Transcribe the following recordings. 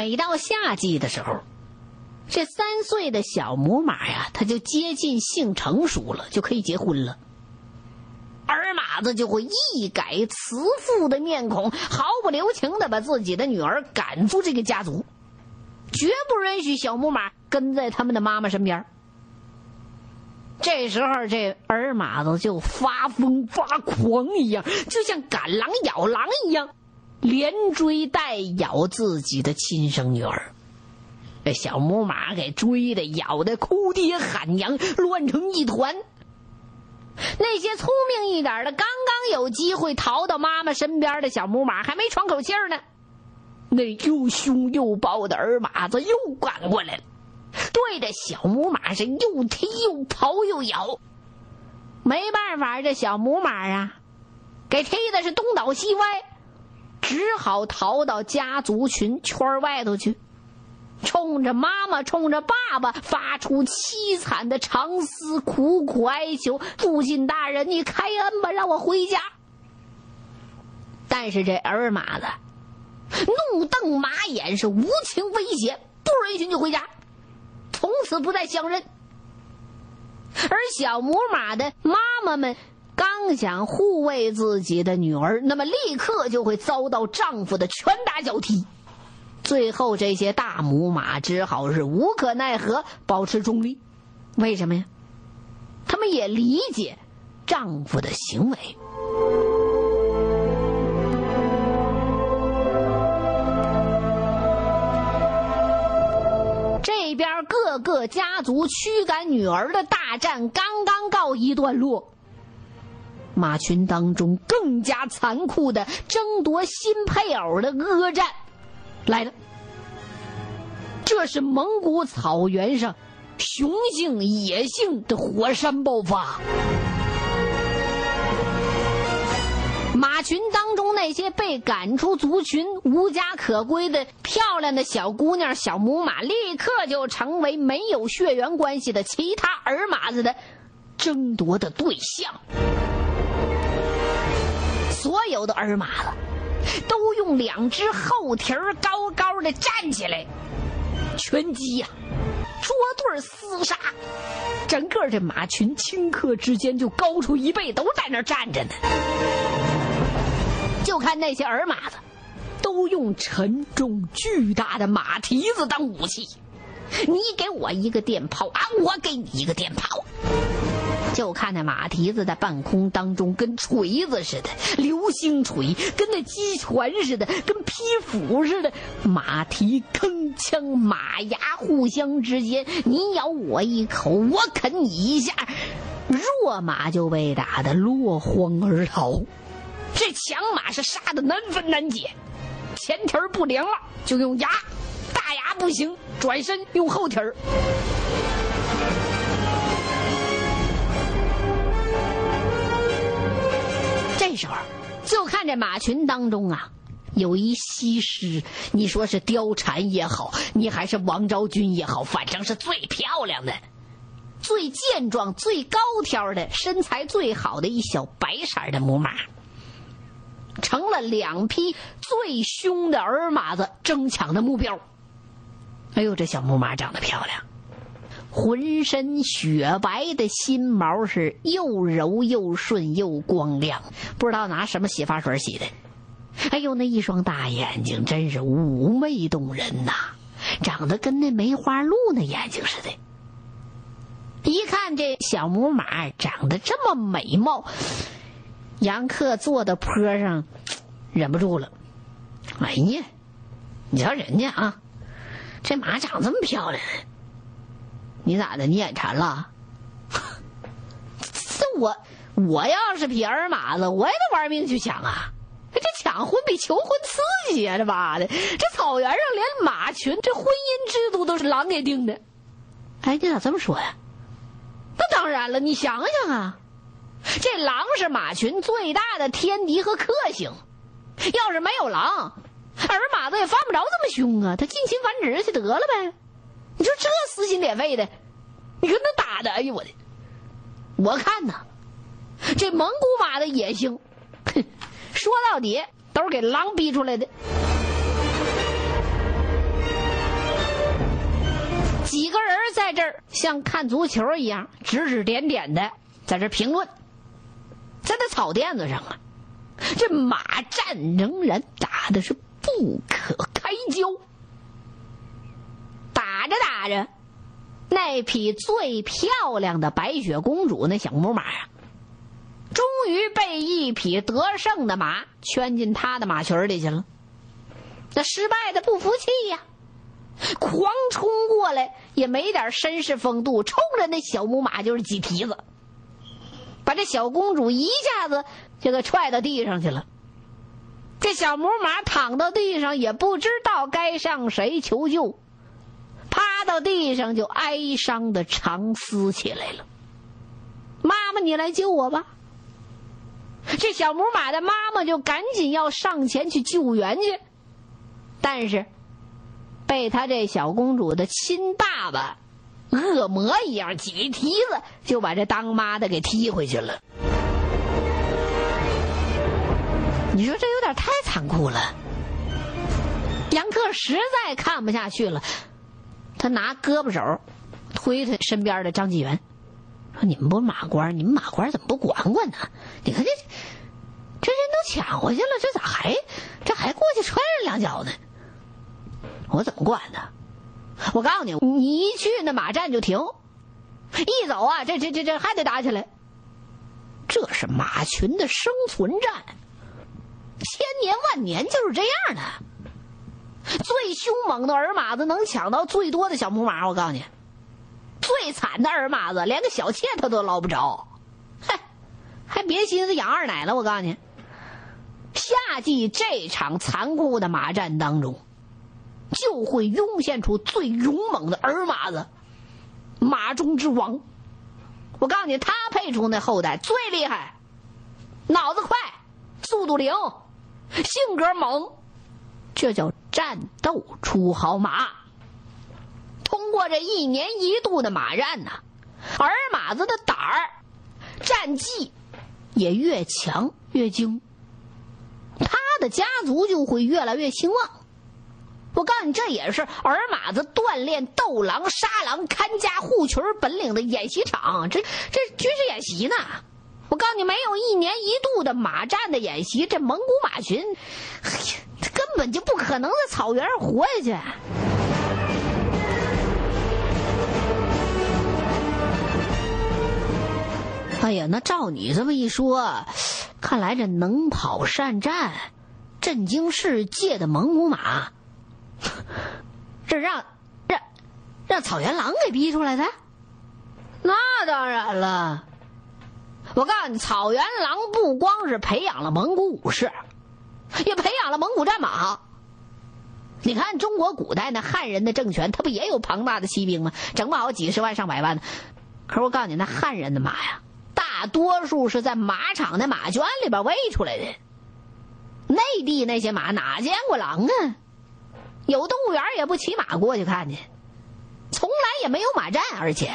每到夏季的时候，这3岁的小母马呀，它就接近性成熟了，就可以结婚了。儿马子就会一改慈父的面孔，毫不留情地把自己的女儿赶出这个家族，绝不允许小母马跟在他们的妈妈身边。这时候这儿马子就发疯发狂一样，就像赶狼咬狼一样，连追带咬自己的亲生女儿。这小母马给追的咬的哭爹喊娘，乱成一团。那些聪明一点的，刚刚有机会逃到妈妈身边的小母马还没喘口气呢，那又凶又暴的儿马子又赶过来了，对着小母马是又踢又刨又咬。没办法，这小母马啊给踢的是东倒西歪，只好逃到家族群圈外头去，冲着妈妈冲着爸爸发出凄惨的长嘶，苦苦哀求，父亲大人你开恩吧，让我回家。但是这儿马子怒瞪马眼，是无情威胁，不允许你回家，从此不再相认。而小母马的妈妈们刚想护卫自己的女儿，那么立刻就会遭到丈夫的拳打脚踢。最后这些大母马只好是无可奈何，保持中立。为什么呀？他们也理解丈夫的行为。这边各个家族驱赶女儿的大战刚刚告一段落，马群当中更加残酷的争夺新配偶的恶战来了。这是蒙古草原上雄性野性的火山爆发。马群当中那些被赶出族群无家可归的漂亮的小姑娘小母马，立刻就成为没有血缘关系的其他儿马子的争夺的对象。所有的儿马子都用2只后蹄高高的站起来，拳击呀，捉对厮杀，整个这马群顷刻之间就高出1倍，都在那站着呢。就看那些儿马子都用沉重巨大的马蹄子当武器，你给我一个电炮啊，我给你一个电炮。就看那马蹄子在半空当中跟锤子似的，流星锤跟那击拳似的，跟劈斧似的，马蹄铿锵，马牙互相之间，你咬我一口，我啃你一下，弱马就被打得落荒而逃。这强马是杀得难分难解，前蹄不灵了就用牙，大牙不行转身用后蹄。这时候就看这马群当中啊，有一西施，你说是貂蝉也好，你还是王昭君也好，反正是最漂亮的，最健壮最高挑的，身材最好的一小白色的母马，成了2匹最凶的儿马子争抢的目标。哎呦，这小母马长得漂亮，浑身雪白的新毛是又柔又顺又光亮，不知道拿什么洗发水洗的。哎呦，那一双大眼睛真是妩媚动人呐，长得跟那梅花鹿那眼睛似的。一看这小母马长得这么美貌，杨克坐到坡上忍不住了。哎呀，你瞧人家啊，这马长这么漂亮，你咋的？你眼馋了？这我要是匹儿马子，我也得玩命去抢啊！这抢婚比求婚刺激啊！这妈的，这草原上连马群这婚姻制度都是狼给定的。哎，你咋这么说呀？那当然了，你想想啊，这狼是马群最大的天敌和克星，要是没有狼，儿马子也犯不着这么凶啊，他近亲繁殖去得了呗。你说这撕心裂肺的，你跟他打的，哎呦我看呐，这蒙古马的野性，说到底都是给狼逼出来的。 几个人在这儿像看足球一样指指点点的在这评论。在那草甸子上啊，这马战仍然打的是不可开交。打着打着，那匹最漂亮的白雪公主那小母马啊，终于被一匹得胜的马圈进他的马群里去了。那失败的不服气呀，狂冲过来，也没点绅士风度，冲着那小母马就是几蹄子，把这小公主一下子就给踹到地上去了。这小母马躺到地上，也不知道该向谁求救，趴到地上就哀伤的长嘶起来了。妈妈，你来救我吧。这小母马的妈妈就赶紧要上前去救援去，但是被他这小公主的亲爸爸恶魔一样几蹄子就把这当妈的给踢回去了。你说这有点太残酷了。杨克实在看不下去了，他拿胳膊手推推身边的张继元，说：“你们不是马官，你们马官怎么不管管呢？你看这人都抢回去了，这咋还过去踹人两脚呢？我怎么管呢？我告诉你，你一去那马战就停，一走啊，这还得打起来。这是马群的生存战，千年万年就是这样的。最凶猛的儿马子能抢到最多的小母马，我告诉你，最惨的儿马子连个小妾他都捞不着。嗨，还别寻思养二奶了，我告诉你，夏季这场残酷的马战当中，就会涌现出最勇猛的儿马子，马中之王。我告诉你，他配出那后代最厉害，脑子快，速度灵，性格猛，这叫战斗出好马。通过这一年一度的马战呢，儿马子的胆儿、战绩也越强越精，他的家族就会越来越兴旺。我告诉你，这也是儿马子锻炼斗狼、杀狼、看家护群本领的演习场，这军事演习呢。我告诉你，没有一年一度的马战的演习，这蒙古马群，哎呀，根本就不可能在草原上活下去。哎呀，那照你这么一说，看来这能跑善战、震惊世界的蒙古马，这让草原狼给逼出来的？那当然了。我告诉你，草原狼不光是培养了蒙古武士，也培养了蒙古战马。你看中国古代那汉人的政权，他不也有庞大的骑兵吗？整不好几十万上百万的。可是我告诉你，那汉人的马呀，大多数是在马场的马圈里边喂出来的。内地那些马哪见过狼啊？有动物园也不骑马过去看去，从来也没有马战。而且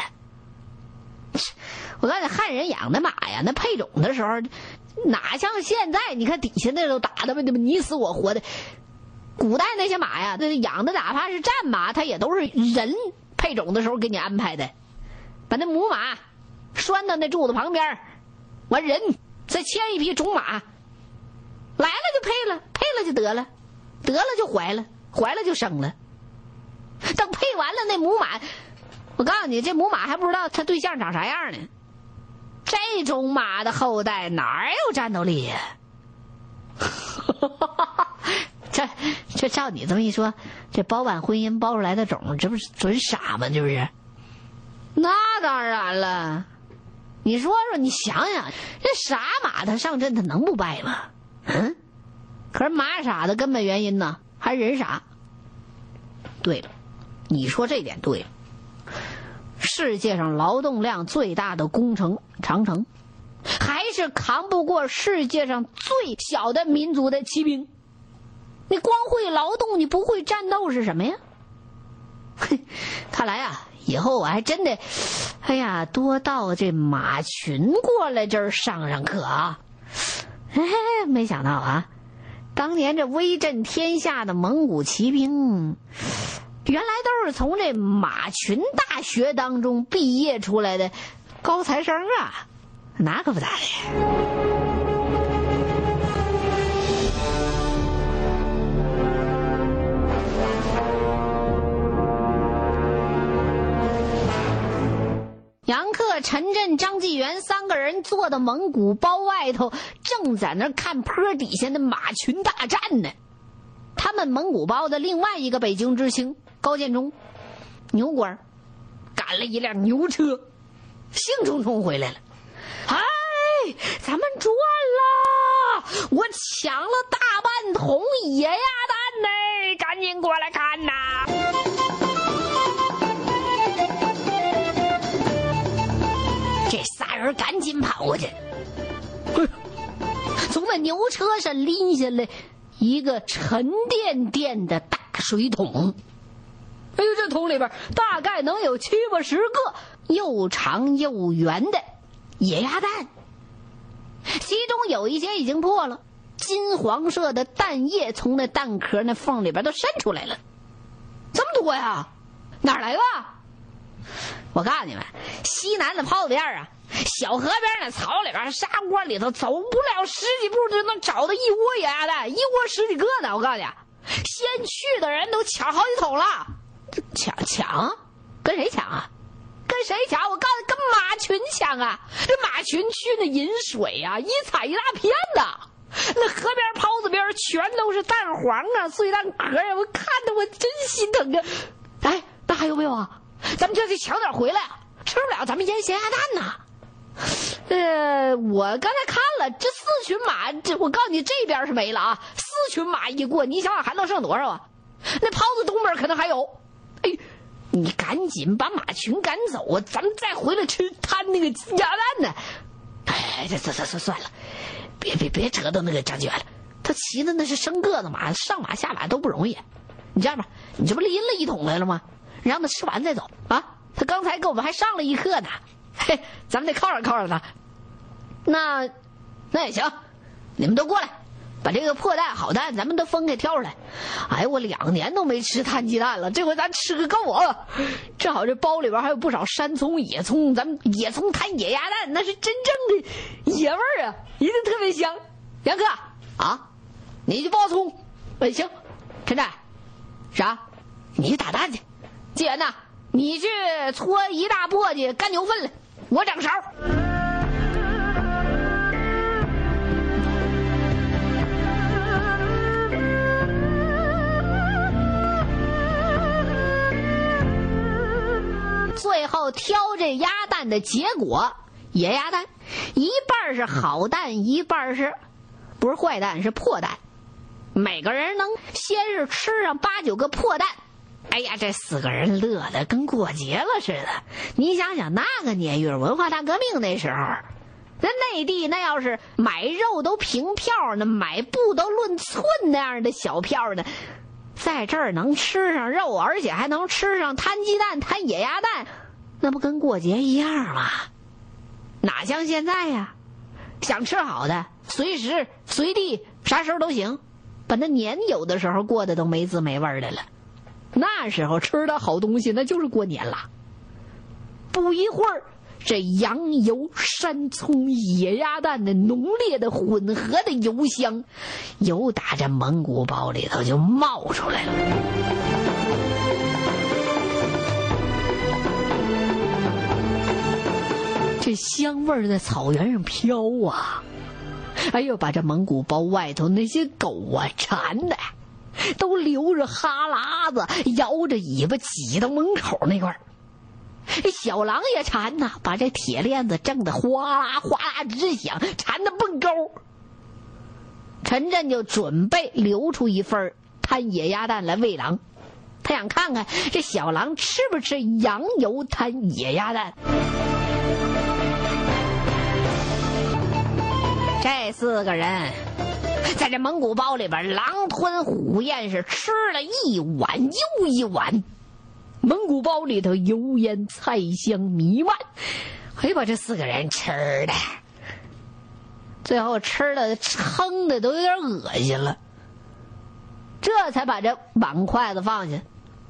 我告诉你，汉人养的马呀，那配种的时候哪像现在，你看底下那都打的你死我活的。古代那些马呀，这养的哪怕是战马，它也都是人配种的时候给你安排的，把那母马拴到那柱子旁边，完人再牵一匹种马来了就配了，配了就得了，得了就怀了，怀了就生了。等配完了那母马，我告诉你，这母马还不知道他对象长啥样呢。这种马的后代哪有战斗力呀？这照你这么一说，这包办婚姻包出来的种，这不是准傻吗？这不是？那当然了。你说说，你想想，这傻马他上阵他能不败吗？嗯？可是马傻的根本原因呢，还是人傻。对了，你说这点对了。世界上劳动量最大的工程长城，还是扛不过世界上最小的民族的骑兵。你光会劳动，你不会战斗是什么呀？看来啊，以后我还真的，哎呀，多到这马群过来这儿上课啊。没想到啊，当年这威震天下的蒙古骑兵， 原来都是从这马群大学当中毕业出来的高材生啊，那可不咋的。杨克、陈震、张纪元三个人坐到蒙古包外头，正在那看坡底下的马群大战呢。他们蒙古包的另外一个北京知青高建中，牛官赶了一辆牛车，兴冲冲回来了。哎，咱们赚了！我抢了大半桶野鸭蛋呢，赶紧过来看呐！这仨人赶紧跑过去，从那牛车上拎下来一个沉甸甸的大水桶。哎呦，这桶里边大概能有70、80个又长又圆的野鸭蛋，其中有一些已经破了，金黄色的蛋液从那蛋壳那缝里边都渗出来了。这么多呀，哪儿来的？我告诉你们，西南的泡子店啊，小河边的草里边沙窝里头，走不了10几步就能找到一窝野鸭蛋，一窝10几个呢。我告诉你，先去的人都抢好几桶了。抢？跟谁抢啊？跟谁抢？我告诉你，跟马群抢啊！这马群去那饮水啊，一踩一大片的，那河边泡子边全都是蛋黄啊、碎蛋壳啊，我看得我真心疼啊！哎，那还有没有啊？咱们就得抢点回来，吃不了咱们腌咸鸭蛋呐。我刚才看了这4群马，我告诉你，这边是没了啊。4群马一过，你想想还能剩多少啊？那泡子东边可能还有。哎，你赶紧把马群赶走啊，咱们再回来吃摊那个鸭蛋呢。哎，这算了，别扯到那个张继元了，他骑的那是生个子马，上马下马都不容易。你这样吧，你这不拎了一桶来了吗？让他吃完再走啊！他刚才给我们还上了一课呢，嘿，咱们得犒赏他。那也行，你们都过来，把这个破蛋好蛋咱们都分给挑出来。哎，我2年都没吃摊鸡蛋了，这回咱吃个够啊！正好这包里边还有不少山葱、野葱，咱们野葱摊野鸭蛋，那是真正的野味儿啊，一定特别香。杨哥啊，你去包葱。哎，行。陈战，啥？你去打蛋去。纪元呐，你去搓一大簸箕干牛粪来，我掌勺。最后挑这鸭蛋的结果，野鸭蛋一半是好蛋，一半是不是坏蛋，是破蛋。每个人能先是吃上8、9个破蛋。哎呀，这4个人乐得跟过节了似的。你想想那个年月，文化大革命那时候，那内地那要是买肉都凭票呢，买布都论寸那样的小票呢，在这儿能吃上肉，而且还能吃上摊鸡蛋、摊野鸭蛋，那不跟过节一样吗？哪像现在呀，想吃好的随时随地啥时候都行，把那年有的时候过得都没滋没味的了。那时候吃的好东西那就是过年了。不一会儿，这羊油、山葱、野鸭蛋的浓烈的混合的油香由打这蒙古包里头就冒出来了。这香味在草原上飘啊，哎呦，把这蒙古包外头那些狗啊馋的都流着哈喇子，摇着尾巴挤到门口那块儿。小狼也馋呐，把这铁链子挣得哗啦哗啦直响，馋得蹦高。陈震就准备留出一份摊野鸭蛋来喂狼，他想看看这小狼吃不吃羊油摊野鸭蛋。这4个人在这蒙古包里边狼吞虎咽，是吃了一碗又一碗。蒙古包里头油烟菜香弥漫，哎，把这4个人吃的最后吃的撑的都有点恶心了，这才把这碗筷子放下。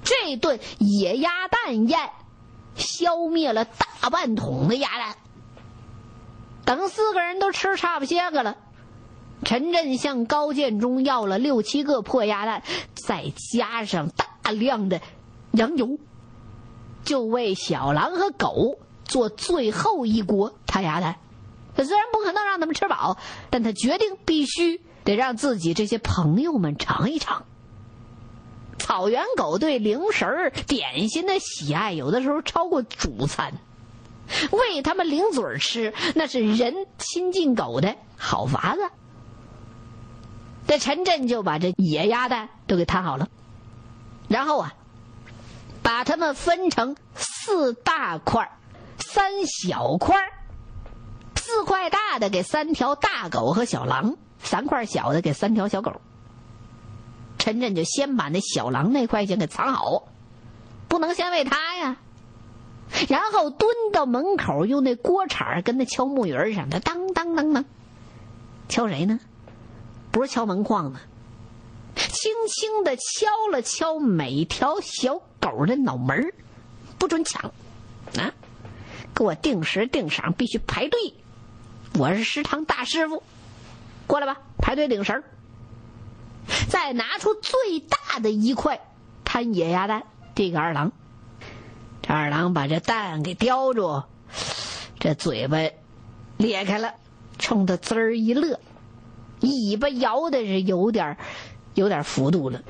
这顿野鸭蛋宴消灭了大半桶的鸭蛋。等4个人都吃差不些个了，陈震向高建中要了6、7个破鸭蛋，再加上大量的羊油，就为小狼和狗做最后一锅摊鸭蛋。虽然不可能让他们吃饱，但他决定必须得让自己这些朋友们尝一尝。草原狗对零食点心的喜爱有的时候超过主餐，喂他们零嘴吃，那是人亲近狗的好法子。这陈震就把这野鸭蛋都给摊好了，然后把它们分成4大块3小块，4块大的给3条大狗和小狼，3块小的给3条小狗。陈震就先把那小狼那块先给藏好，不能先喂他呀。然后蹲到门口，用那锅铲跟那敲木鱼似的，当当当当。敲谁呢？不是敲门框子，轻轻地敲了敲每条小狗的脑门，不准抢啊！给我定时定晌，必须排队。我是食堂大师傅，过来吧，排队领食。再拿出最大的一块摊野鸭蛋，递给二郎。这二郎把这蛋给叼住，这嘴巴裂开了，冲他滋儿一乐，尾巴摇的是有点幅度了。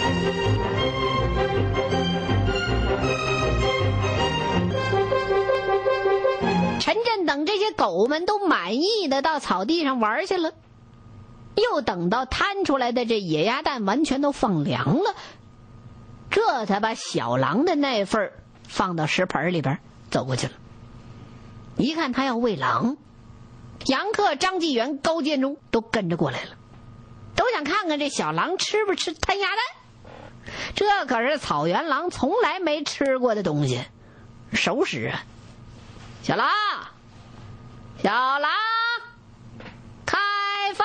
陈震等这些狗们都满意的到草地上玩去了，又等到摊出来的这野鸭蛋完全都放凉了，这才把小狼的那份放到食盆里边走过去了。一看他要喂狼，杨克、张继元、高建中都跟着过来了，都想看看这小狼吃不吃摊鸭蛋。这可是草原狼从来没吃过的东西，熟食啊！小狼，小狼，开饭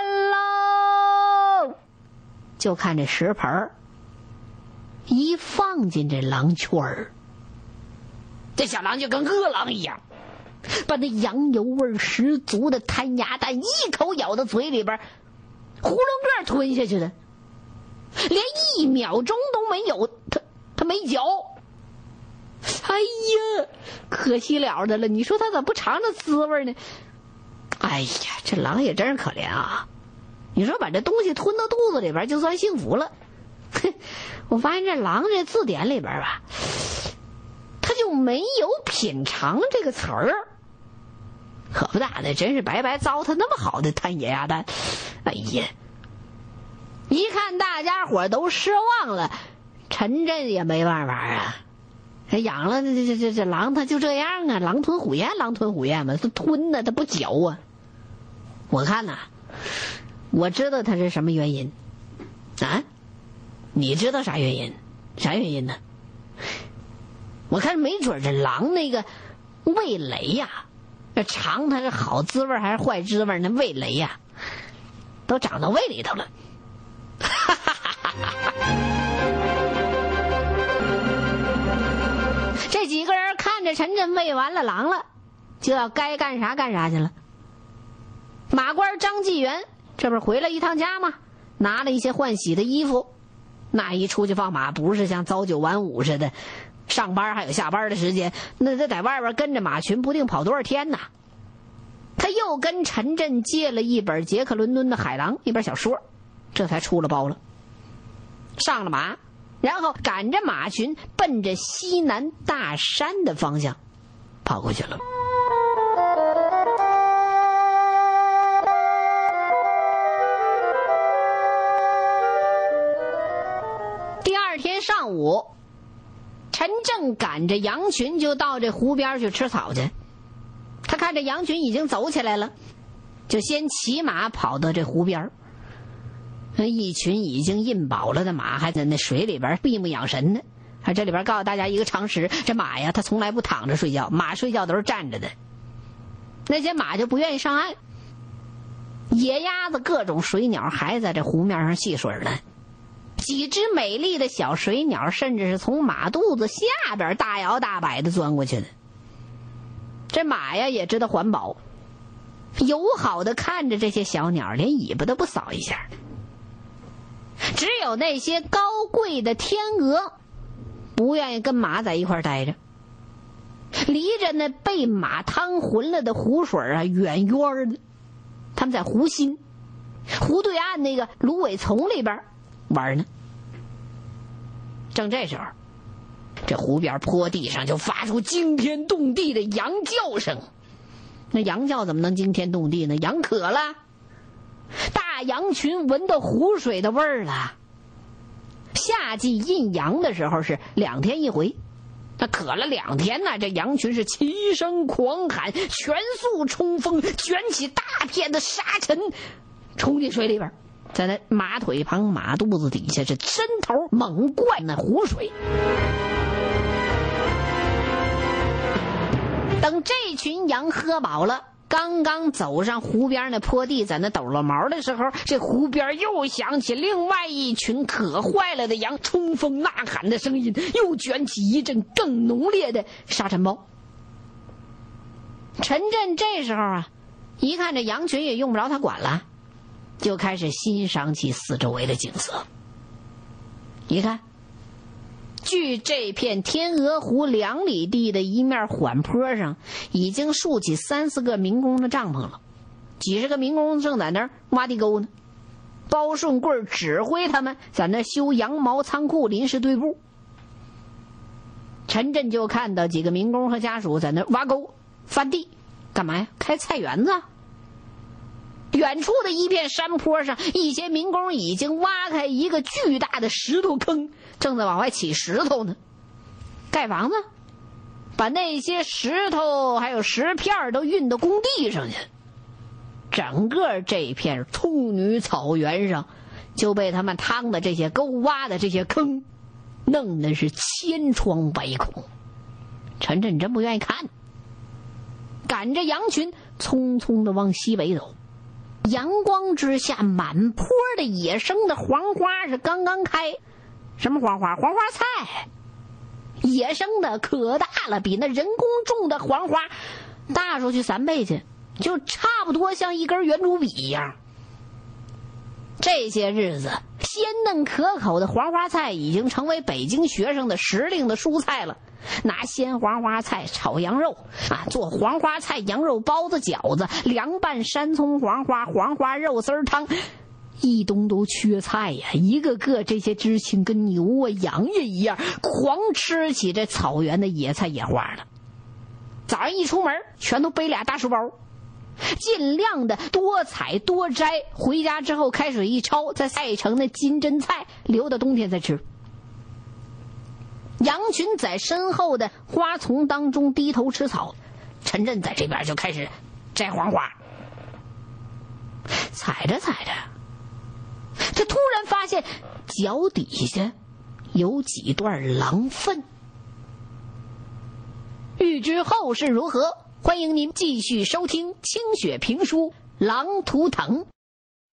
喽！就看这食盆一放进这狼圈儿，这小狼就跟饿狼一样，把那羊油味十足的摊鸭蛋一口咬到嘴里边，囫囵个吞下去的，连1秒钟都没有，他没嚼。哎呀，可惜了的了！你说他怎么不尝尝滋味呢？哎呀，这狼也真是可怜啊！你说把这东西吞到肚子里边就算幸福了。我发现这狼这字典里边吧，他就没有品尝这个词儿，可不咋的，真是白白糟蹋那么好的摊野鸭蛋。哎呀，一看大家伙都失望了，陈震也没办法啊。养了这狼，它就这样啊，狼吞虎咽，狼吞虎咽嘛，它吞的它不嚼啊。我看呐，我知道它是什么原因啊？你知道啥原因？啥原因呢？我看没准这狼那个味蕾呀，尝它是好滋味还是坏滋味，那味蕾呀，都长到胃里头了。哈哈哈哈哈！这几个人看着陈震喂完了狼了，就要该干啥干啥去了。马官张继元这不是回了一趟家吗？拿了一些换洗的衣服，那一出去放马，不是像早9晚5似的，上班还有下班的时间，那他在外边跟着马群不定跑多少天呢。他又跟陈震借了一本杰克伦敦的海狼，一本小说，这才出了包了，上了马，然后赶着马群奔着西南大山的方向跑过去了。第二天上午，陈震赶着羊群就到这湖边去吃草去。他看这羊群已经走起来了，就先骑马跑到这湖边。一群已经印饱了的马还在那水里边闭目养神呢。这里边告诉大家一个常识，这马呀，它从来不躺着睡觉，马睡觉都是站着的。那些马就不愿意上岸。野鸭子、各种水鸟还在这湖面上戏水呢。 几只美丽的小水鸟甚至是从马肚子下边大摇大摆地钻过去的。这马呀也知道环保，友好地看着这些小鸟，连尾巴都不扫一下。只有那些高贵的天鹅不愿意跟马在一块待着，离着那被马趟浑了的湖水啊远远的。他们在湖心湖对岸那个芦苇丛里边玩呢。正这时候，这湖边坡地上就发出惊天动地的羊叫声。那羊叫怎么能惊天动地呢？羊渴了，大羊群闻到湖水的味儿了。夏季印羊的时候是2天一回，那渴了2天呢，这羊群是齐声狂喊，全速冲锋，卷起大片的沙尘冲进水里边，在那马腿旁马肚子底下是伸头猛灌那湖水。等这群羊喝饱了，刚刚走上湖边那坡地，在那抖了毛的时候，这湖边又响起另外一群渴坏了的羊冲锋呐喊的声音，又卷起一阵更浓烈的沙尘暴。陈震这时候啊，一看这羊群也用不着他管了，就开始欣赏起四周围的景色。你看，距这片天鹅湖2里地的一面缓坡上，已经竖起3、4个民工的帐篷了，几十个民工正在那儿挖地沟呢。包顺贵指挥他们在那修羊毛仓库临时队部。陈震就看到几个民工和家属在那挖沟翻地，干嘛呀？开菜园子。远处的一片山坡上，一些民工已经挖开一个巨大的石头坑，正在往外起石头呢。盖房子，把那些石头还有石片都运到工地上去。整个这片处女草原上就被他们趟的这些沟挖的这些坑弄得是千疮百孔。陈震真不愿意看，赶着羊群匆匆地往西北走。阳光之下，满坡的野生的黄花是刚刚开。什么黄花？黄花菜，野生的可大了，比那人工种的黄花大出去3倍去，就差不多像一根圆珠笔一样。这些日子，鲜嫩可口的黄花菜已经成为北京学生的时令的蔬菜了。拿鲜黄花菜炒羊肉啊，做黄花菜羊肉包子、饺子，凉拌山葱黄花肉丝汤，一冬都缺菜呀！一个个这些知青跟牛啊羊呀一样，狂吃起这草原的野菜野花了。早上一出门，全都背俩大书包，尽量的多采多摘，回家之后开水一焯，再晒成那金针菜，留到冬天再吃。羊群在身后的花丛当中低头吃草，陈震在这边就开始摘黄花。采着采着，他突然发现脚底下有几段狼粪。欲知后事如何，欢迎您继续收听清雪评书《狼图腾》。